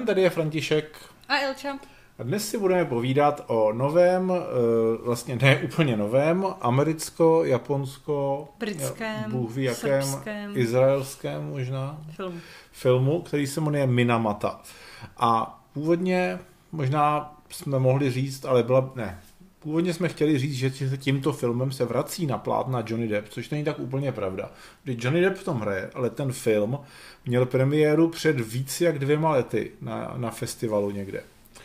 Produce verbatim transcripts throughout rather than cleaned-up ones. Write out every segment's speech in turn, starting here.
tady je František. A Ilča. A dnes si budeme povídat o novém, vlastně ne úplně novém, americko, japonsko, britském, Bůh ví jakém, srbském, izraelském možná filmu. filmu, který se jmenuje Minamata. A původně možná jsme mohli říct, ale byla, ne, původně jsme chtěli říct, že tímto filmem se vrací na plátna Johnny Depp, což není tak úplně pravda. Když Johnny Depp v tom hraje, ale ten film měl premiéru před víc jak dvěma lety na, na festivalu někde.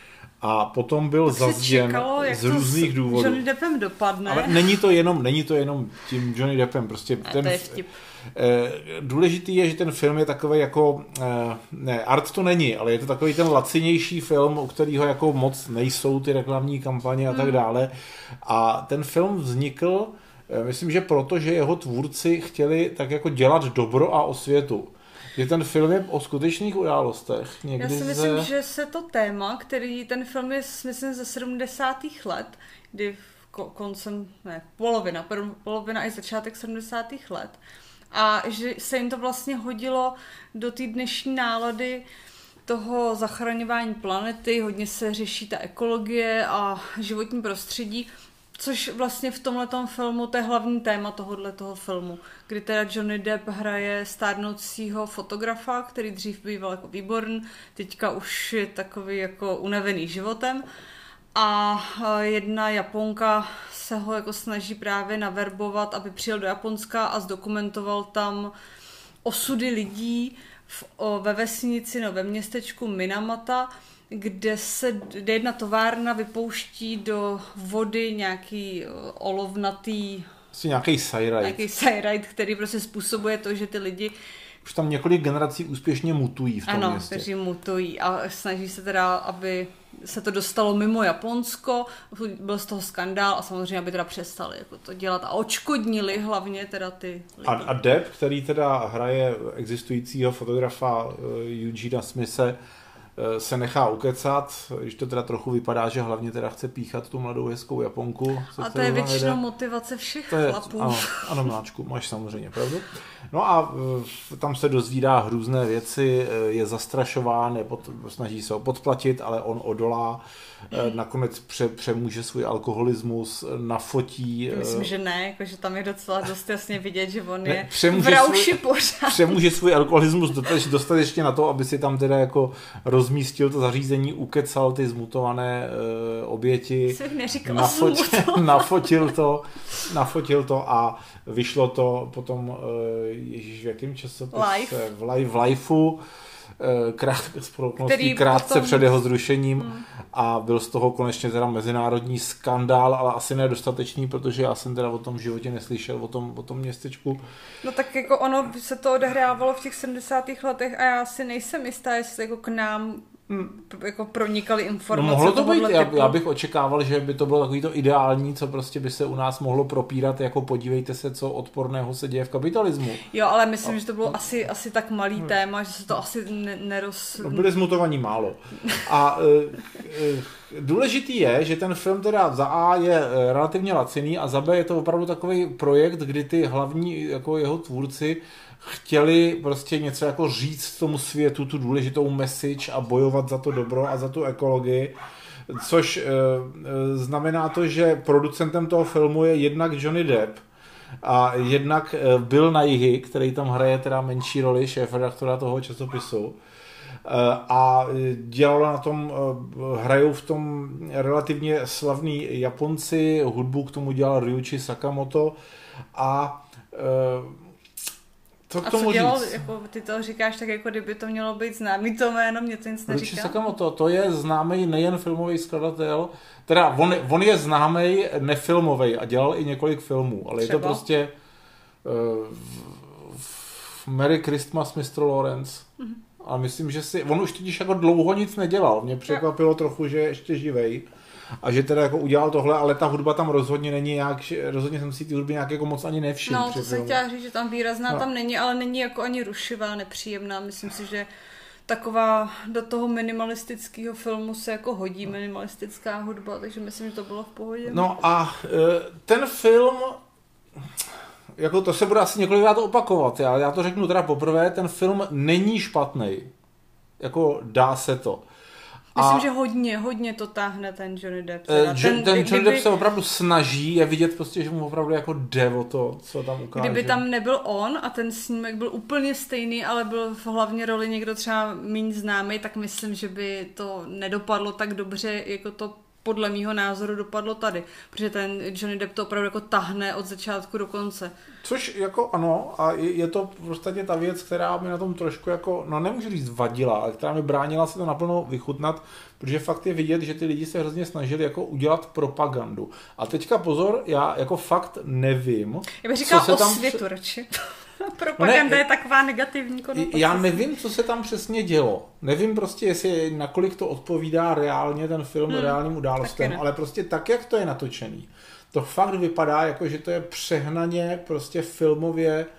A potom byl zazděn z různých důvodů. Johnny Deppem dopadne. Ale není to jenom, není to jenom tím Johnny Deppem, prostě ne, ten, to je vtip. Eh, důležitý je, že ten film je takový jako, eh, ne, art to není, ale je to takový ten lacinější film, u kterého jako moc nejsou ty reklamní kampaně a tak hmm. dále. A ten film vznikl, eh, myslím, že proto, že jeho tvůrci chtěli tak jako dělat dobro a osvětu. Že ten film je o skutečných událostech. Někdy Já si myslím, ze... že se to téma, který ten film je, myslím, ze sedmdesátých let, kdy koncem, ne, polovina, polovina i začátek sedmdesátých let, a že se jim to vlastně hodilo do té dnešní nálady toho zachraňování planety, hodně se řeší ta ekologie a životní prostředí, což vlastně v tomhletom filmu, to je hlavní téma tohoto filmu, kdy teda Johnny Depp hraje stárnoucího fotografa, který dřív býval jako výborný, teďka už je takový jako unavený životem. A jedna Japonka se ho jako snaží právě naverbovat, aby přijel do Japonska a zdokumentoval tam osudy lidí v, o, ve vesnici, no ve městečku Minamata, kde se kde jedna továrna vypouští do vody nějaký olovnatý Asi nějaký cyrite. Nějaký cyrite, který prostě způsobuje to, že ty lidi už tam několik generací úspěšně mutují v tom ano, městě. Ano, kteří mutují a snaží se teda, aby se to dostalo mimo Japonsko, byl z toho skandál a samozřejmě, aby teda přestali jako to dělat a odškodnili hlavně teda ty lidi. A, a Depp, který teda hraje existujícího fotografa uh, Eugena Smithe, se nechá ukecat, když to teda trochu vypadá, že hlavně teda chce píchat tu mladou hezkou Japonku. A to je většinou motivace všech to je, chlapů. Ano, ano, mláčku, máš samozřejmě pravdu. No a tam se dozvídá hrůzné věci, je zastrašován, je pod, snaží se ho podplatit, ale on odolá, nakonec pře, přemůže svůj alkoholismus, nafotí. Myslím, že ne, jakože tam je docela dost jasně vidět, že on ne, je v rauši pořád. Přemůže svůj alkoholismus dostatečně na to, aby si tam teda jako rozmístil to zařízení, ukecal ty zmutované uh, oběti, nafotil, nafotil to, nafotil to a vyšlo to potom, uh, ježíš, v jakém časopise? Life. V, li, v Lifeu, krát, krátce potom před jeho zrušením hmm. a byl z toho konečně teda mezinárodní skandál, ale asi nedostatečný, protože já jsem teda o tom v životě neslyšel, o tom, o tom městečku. No tak jako ono se to odehrávalo v těch sedmdesátých letech a já si nejsem jistá, jestli jako k nám hmm. jako pronikaly informace. No mohlo to být, já, já bych očekával, že by to bylo takový to ideální, co prostě by se u nás mohlo propírat, jako podívejte se, co odporného se děje v kapitalismu. Jo, ale myslím, a, že to bylo no. asi, asi tak malý hmm. téma, že se to asi ne, neroz... No, byli zmutovaní málo. A e, e, důležitý je, že ten film teda za A je relativně laciný a za B je to opravdu takový projekt, kdy ty hlavní jako jeho tvůrci chtěli prostě něco jako říct tomu světu, tu důležitou message a bojovat za to dobro a za tu ekologii, což e, e, znamená to, že producentem toho filmu je jednak Johnny Depp a jednak e, Bill Nighy, který tam hraje teda menší roli šéfredaktora toho časopisu. A dělalo na tom, hrajou v tom relativně slavní Japonci, hudbu k tomu dělal Ryuichi Sakamoto a co k tomu a co dělal, říct? Jako, ty to říkáš tak, jako kdyby to mělo být známý to jméno, mě to nic neříká. Ryuichi Sakamoto, to je známý nejen filmový skladatel, teda on, on je známý nefilmový a dělal i několik filmů, ale Třeba? je to prostě uh, Merry Christmas, mister Lawrence. Mm-hmm. A myslím, že si, on už totiž jako dlouho nic nedělal. Mě překvapilo trochu, že je ještě živej. A že teda jako udělal tohle, ale ta hudba tam rozhodně není nějak, rozhodně jsem si ty hudby nějak jako moc ani nevšiml. No, to jsem chtěla říct, že tam výrazná no. tam není, ale není jako ani rušivá, nepříjemná. Myslím si, že taková do toho minimalistického filmu se jako hodí minimalistická hudba, takže myslím, že to bylo v pohodě. No a ten film, jako to se bude asi několikrát opakovat, já, já to řeknu teda poprvé, ten film není špatnej. jako dá se to. Myslím, a, že hodně, hodně to táhne ten Johnny Depp. Teda. Ten, ten kdyby, Johnny Depp se opravdu snaží, je vidět prostě, že mu opravdu jako jde o to, co tam ukáže. Kdyby tam nebyl on a ten snímek byl úplně stejný, ale byl v hlavní roli někdo třeba méně známý, tak myslím, že by to nedopadlo tak dobře, jako to podle mýho názoru dopadlo tady. Protože ten Johnny Depp to opravdu jako tahne od začátku do konce. Což jako ano, a je, je to prostě ta věc, která mi na tom trošku jako, no nemůžu říct vadila, ale která mi bránila si to naplno vychutnat, protože fakt je vidět, že ty lidi se hrozně snažili jako udělat propagandu. A teďka pozor, já jako fakt nevím. Já bych říkala co se tam... osvětu radši. Propaganda no ne, je taková negativní konotace. Já nevím, co se tam přesně dělo. Nevím prostě, jestli nakolik to odpovídá reálně ten film, hmm, reálním událostem, ale prostě tak, jak to je natočený, to fakt vypadá jako, že to je přehnaně prostě filmově e,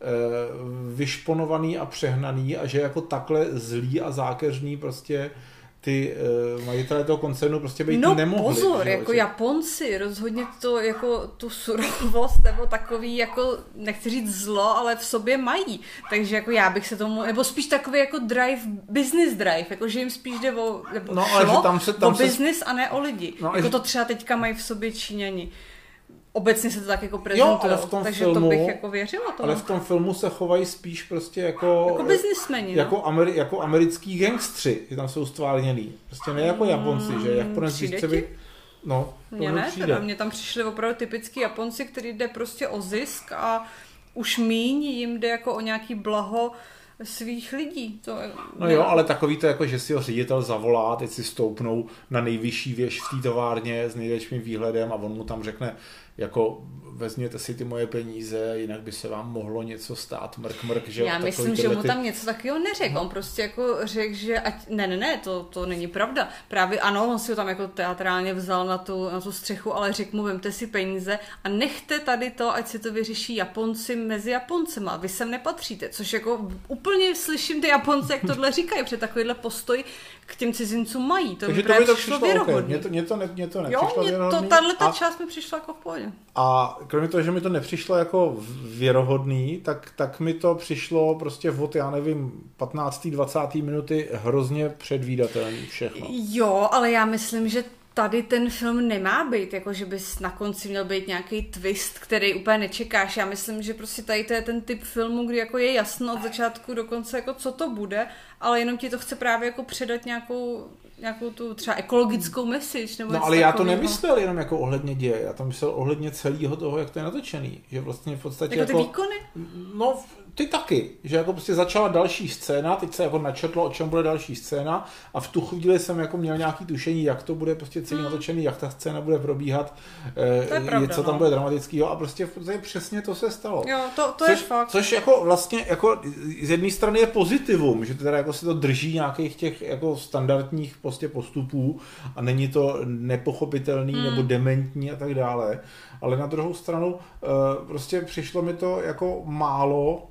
vyšponovaný a přehnaný a že jako takhle zlý a zákeřný prostě ty uh, majitelé toho koncernu prostě být no, nemohli. No pozor, že? jako Japonci rozhodně to jako tu surovost nebo takový jako, nechci říct zlo, ale v sobě mají. Takže jako já bych se tomu, nebo spíš takový jako drive, business drive, jako že jim spíš jde o, nebo no, ale šlo, že tam se, tam o se... business a ne o lidi. No, jako že... to třeba teďka mají v sobě Číňani. Obecně se to tak jako prezentuje, takže filmu, to bych jako věřila tomu. Ale v tom filmu se chovají spíš prostě jako... Jako biznismeni, jako, no. Ameri, jako americký gangstři, že tam jsou stvárněný. Prostě ne jako Japonci, že jak pro chce být... No, mě ne, teda mě tam přišli opravdu typický Japonci, který jde prostě o zisk a už míň jim jde jako o nějaký blaho svých lidí. To je... No jo, ale takový to jako, že si ho ředitel zavolá, teď si stoupnou na nejvyšší věž v té továrně s největším výhledem a on mu tam řekne, jako vezměte si ty moje peníze, jinak by se vám mohlo něco stát, mrk, mrk, že já myslím, že mu tam něco takového neřekl, on prostě jako řekl, že ať, ne, ne, ne, to, to není pravda, právě ano, on si ho tam jako teatrálně vzal na tu, na tu střechu, ale řekl mu, vemte si peníze a nechte tady to, ať si to vyřeší Japonci mezi Japoncema, vy sem nepatříte, což jako úplně slyším ty Japonce, jak tohle říkají, protože takovýhle postoj k těm cizincům mají, to mi právě přišlo věrohodný. Mě to, mě to, ne, mě to nepřišlo jo, to, tato část mi přišla jako v pohodě. A kromě toho, že mi to nepřišlo jako věrohodný, tak, tak mi to přišlo prostě od, já nevím, patnácté dvacáté minuty hrozně předvídatelný všechno. Jo, ale já myslím, že tady ten film nemá být, jako že bys na konci měl být nějaký twist, který úplně nečekáš. Já myslím, že prostě tady to je ten typ filmu, kdy jako je jasno od začátku do konce, jako co to bude, ale jenom ti to chce právě jako předat nějakou, nějakou tu třeba ekologickou message. Nebo no ale já to nemyslel jenom jako ohledně děje, já to myslel ohledně celého toho, jak to je natočený. Že vlastně v podstatě jako, jako ty výkony? No ty taky, že jako prostě začala další scéna, teď se jako načetlo, o čem bude další scéna a v tu chvíli jsem jako měl nějaký tušení, jak to bude prostě celý hmm. natočený, jak ta scéna bude probíhat, to je pravda, co tam no. bude dramatického a prostě přesně to se stalo. Jo, to, to což, je fakt. Což jako vlastně jako z jedné strany je pozitivum, že to teda jako se to drží nějakých těch jako standardních prostě postupů a není to nepochopitelný hmm. nebo dementní a tak dále. Ale na druhou stranu prostě přišlo mi to jako málo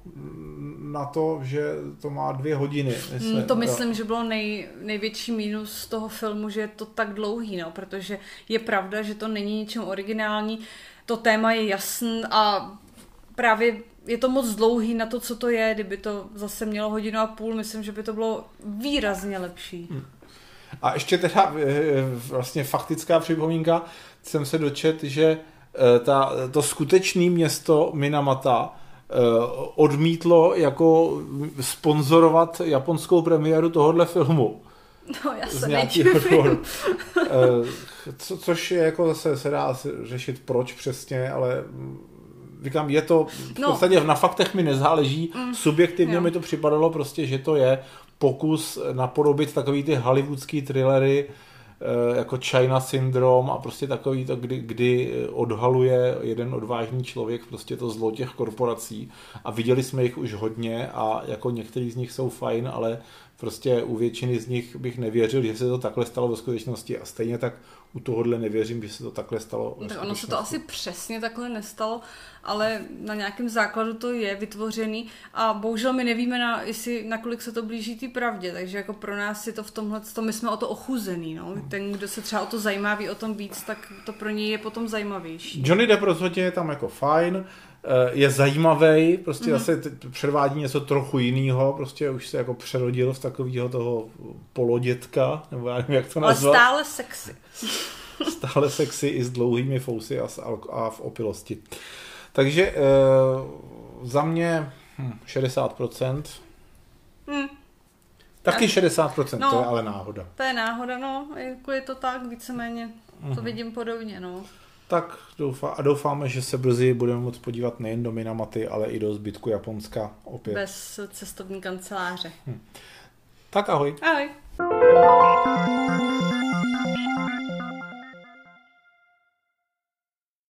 na to, že to má dvě hodiny. Myslím, mm, to myslím, jo. že bylo nej, největší mínus toho filmu, že je to tak dlouhý, no, protože je pravda, že to není ničem originální, to téma je jasný a právě je to moc dlouhý na to, co to je, kdyby to zase mělo hodinu a půl, myslím, že by to bylo výrazně lepší. Hmm. A ještě teda vlastně faktická připomínka, jsem se dočet, že ta, to skutečné město Minamata odmítlo jako sponzorovat japonskou premiéru tohohle filmu. No, já se nedivím. Co, což je jako zase se dá řešit proč přesně, ale říkám, je to v no. podstatě na faktech mi nezáleží. Mm. Subjektivně jo. mi to připadalo prostě, že to je pokus napodobit takový ty hollywoodský thrillery jako China Syndrome a prostě takový to, kdy, kdy odhaluje jeden odvážný člověk prostě to zlo těch korporací a viděli jsme jich už hodně a jako některý z nich jsou fajn, ale prostě u většiny z nich bych nevěřil, že se to takhle stalo ve skutečnosti a stejně tak u tohohle nevěřím, že se to takhle stalo. Tak ono se to asi přesně takhle nestalo, ale na nějakém základu to je vytvořený a bohužel my nevíme, na, jestli nakolik se to blíží té pravdě, takže jako pro nás je to v tomhle, to my jsme o to ochuzený, no. Ten, kdo se třeba o to zajímá, ví o tom víc, tak to pro něj je potom zajímavější. Johnny Depp rozhodně je tam jako fajn, je zajímavý, prostě mm-hmm. zase předvádí něco trochu jiného, prostě už se jako přerodil v takového toho polodětka, nebo já nevím, jak to nazvat. Ale stále sexy. Stále sexy i s dlouhými fousy a, a v opilosti. Takže e, za mě hm, šedesát procent. Hmm. Taky šedesát procent, no, to je ale náhoda. To je náhoda, no, jako je to tak, víceméně, mm-hmm. to vidím podobně, no. Tak doufá, a doufáme, že se brzy budeme moct podívat nejen do Minamaty, ale i do zbytku Japonska opět. Bez cestovní kanceláře. Hm. Tak ahoj. Ahoj.